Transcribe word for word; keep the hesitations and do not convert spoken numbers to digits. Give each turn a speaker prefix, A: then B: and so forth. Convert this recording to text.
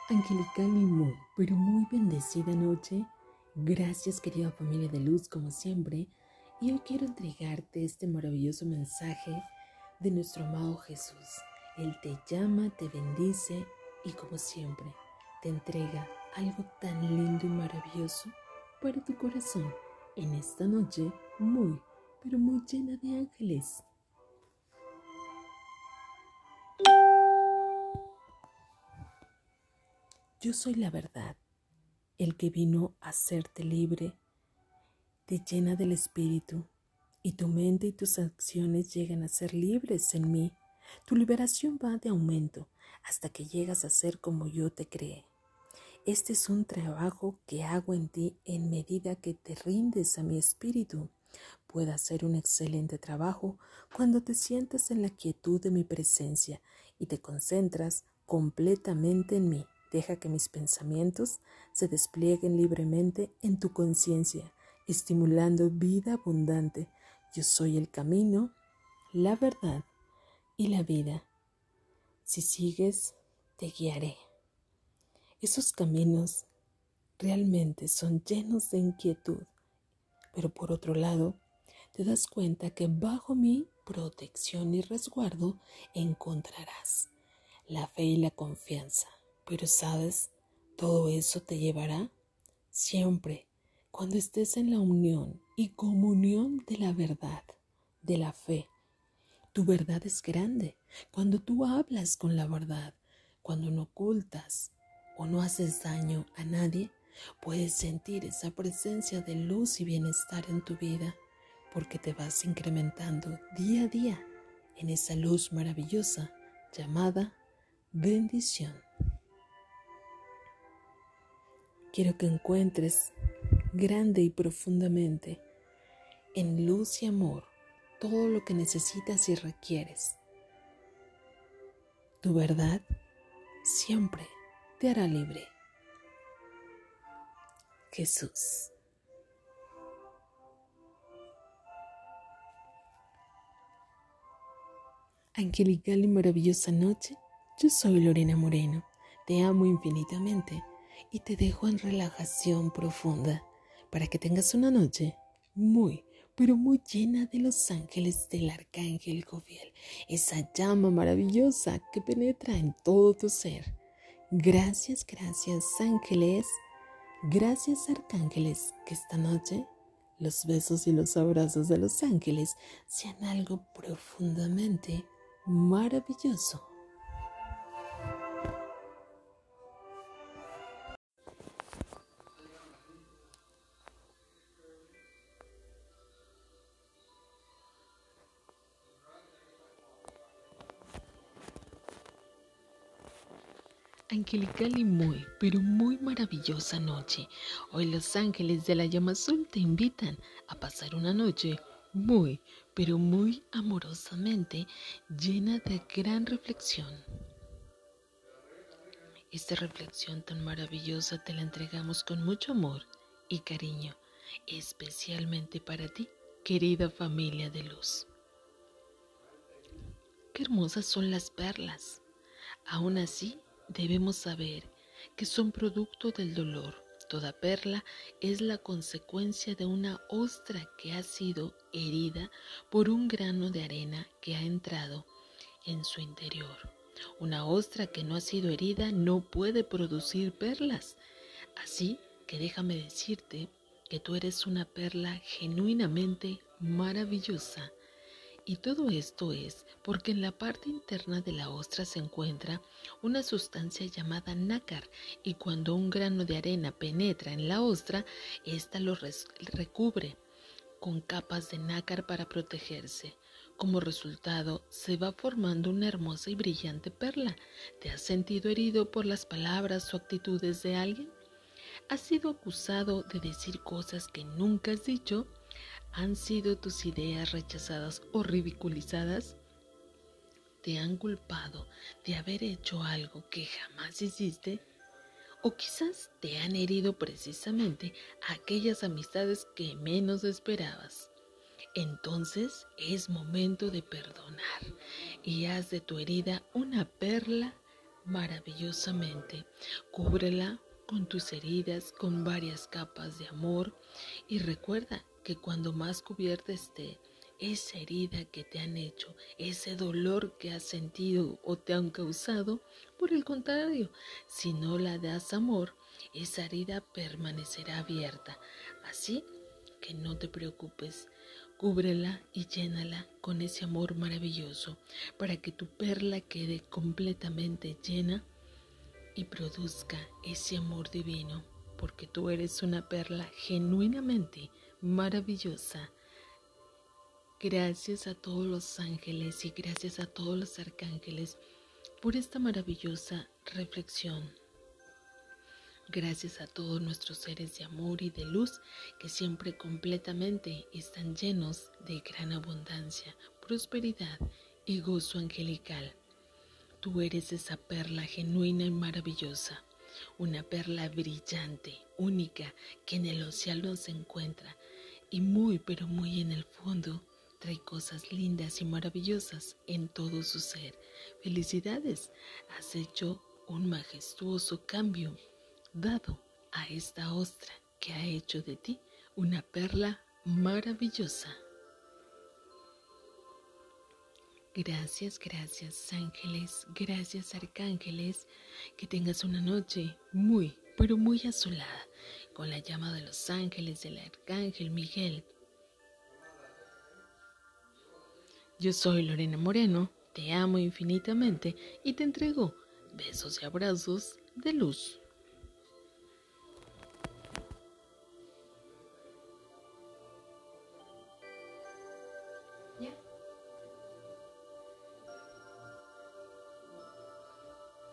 A: Angelical y muy, pero muy bendecida noche. Gracias, querida familia de luz, como siempre. Y hoy quiero entregarte este maravilloso mensaje de nuestro amado Jesús. Él te llama, te bendice y, como siempre, te entrega algo tan lindo y maravilloso para tu corazón en esta noche muy, pero muy llena de ángeles. Yo soy la verdad, el que vino a hacerte libre, te llena del Espíritu, y tu mente y tus acciones llegan a ser libres en mí. Tu liberación va de aumento hasta que llegas a ser como yo te creé. Este es un trabajo que hago en ti en medida que te rindes a mi espíritu. Puede hacer un excelente trabajo cuando te sientas en la quietud de mi presencia y te concentras completamente en mí. Deja que mis pensamientos se desplieguen libremente en tu conciencia, estimulando vida abundante. Yo soy el camino, la verdad y la vida. Si sigues, te guiaré. Esos caminos realmente son llenos de inquietud, pero por otro lado, te das cuenta que bajo mi protección y resguardo encontrarás la fe y la confianza. Pero sabes, todo eso te llevará siempre cuando estés en la unión y comunión de la verdad, de la fe. Tu verdad es grande cuando tú hablas con la verdad, cuando no ocultas o no haces daño a nadie. Puedes sentir esa presencia de luz y bienestar en tu vida porque te vas incrementando día a día en esa luz maravillosa llamada bendición. Quiero que encuentres grande y profundamente en luz y amor todo lo que necesitas y requieres. Tu verdad siempre te hará libre. Jesús. Angelical y maravillosa noche, yo soy Lorena Moreno. Te amo infinitamente y te dejo en relajación profunda para que tengas una noche muy, pero muy llena de los ángeles del Arcángel Jofiel, esa llama maravillosa que penetra en todo tu ser. Gracias, gracias ángeles, gracias arcángeles, que esta noche los besos y los abrazos de los ángeles sean algo profundamente maravilloso. Angelical y muy, pero muy maravillosa noche. Hoy los ángeles de la llama azul te invitan a pasar una noche muy, pero muy amorosamente llena de gran reflexión. Esta reflexión tan maravillosa te la entregamos con mucho amor y cariño, especialmente para ti, querida familia de luz. Qué hermosas son las perlas. Aún así, debemos saber que son producto del dolor. Toda perla es la consecuencia de una ostra que ha sido herida por un grano de arena que ha entrado en su interior. Una ostra que no ha sido herida no puede producir perlas. Así que déjame decirte que tú eres una perla genuinamente maravillosa. Y todo esto es porque en la parte interna de la ostra se encuentra una sustancia llamada nácar, y cuando un grano de arena penetra en la ostra, ésta lo recubre con capas de nácar para protegerse. Como resultado, se va formando una hermosa y brillante perla. ¿Te has sentido herido por las palabras o actitudes de alguien? ¿Has sido acusado de decir cosas que nunca has dicho? ¿Han sido tus ideas rechazadas o ridiculizadas? ¿Te han culpado de haber hecho algo que jamás hiciste? ¿O quizás te han herido precisamente aquellas amistades que menos esperabas? Entonces es momento de perdonar y haz de tu herida una perla maravillosamente. Cúbrela con tus heridas, con varias capas de amor, y recuerda que cuando más cubierta esté esa herida que te han hecho, ese dolor que has sentido o te han causado, por el contrario, si no la das amor, esa herida permanecerá abierta. Así que no te preocupes, cúbrela y llénala con ese amor maravilloso para que tu perla quede completamente llena y produzca ese amor divino, porque tú eres una perla genuinamente maravillosa. Gracias a todos los ángeles y gracias a todos los arcángeles por esta maravillosa reflexión. Gracias a todos nuestros seres de amor y de luz que siempre completamente están llenos de gran abundancia, prosperidad y gozo angelical. Tú eres esa perla genuina y maravillosa, una perla brillante, única, que en el océano se encuentra y muy pero muy en el fondo trae cosas lindas y maravillosas en todo su ser. Felicidades, has hecho un majestuoso cambio dado a esta ostra que ha hecho de ti una perla maravillosa. Gracias, gracias ángeles, gracias arcángeles, que tengas una noche muy, pero muy azulada, con la llama de los ángeles del arcángel Miguel. Yo soy Lorena Moreno, te amo infinitamente y te entrego besos y abrazos de luz.